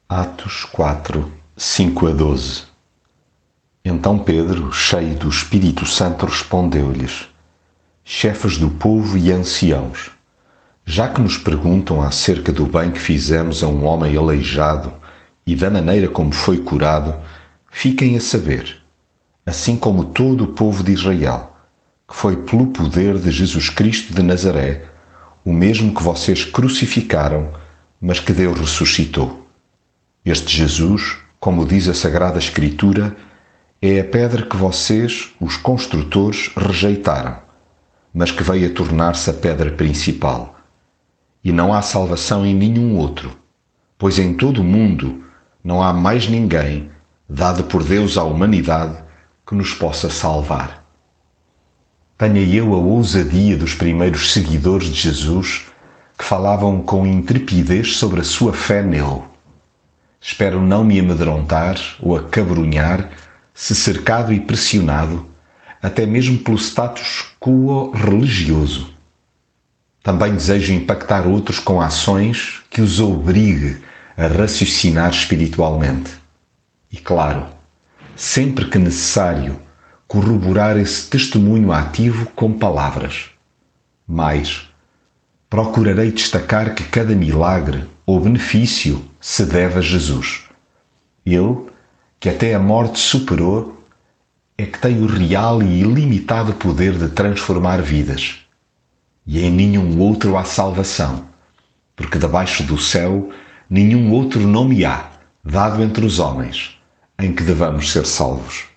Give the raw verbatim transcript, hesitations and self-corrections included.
Atos quatro, cinco a doze. Então Pedro, cheio do Espírito Santo, respondeu-lhes: chefes do povo e anciãos, já que nos perguntam acerca do bem que fizemos a um homem aleijado e da maneira como foi curado, fiquem a saber, assim como todo o povo de Israel, que foi pelo poder de Jesus Cristo de Nazaré, o mesmo que vocês crucificaram, mas que Deus ressuscitou. Este Jesus, como diz a Sagrada Escritura, é a pedra que vocês, os construtores, rejeitaram, mas que veio a tornar-se a pedra principal. E não há salvação em nenhum outro, pois em todo o mundo não há mais ninguém dado por Deus à humanidade que nos possa salvar. Tenha eu a ousadia dos primeiros seguidores de Jesus que falavam com intrepidez sobre a sua fé nele. Espero não me amedrontar ou acabrunhar se cercado e pressionado, até mesmo pelo status quo religioso. Também desejo impactar outros com ações que os obrigue a raciocinar espiritualmente. E claro, sempre que necessário, corroborar esse testemunho ativo com palavras. Mas procurarei destacar que cada milagre ou benefício se deve a Jesus. Ele, que até a morte superou, é que tem o real e ilimitado poder de transformar vidas. E em nenhum outro há salvação, porque debaixo do céu nenhum outro nome há, dado entre os homens, em que devamos ser salvos.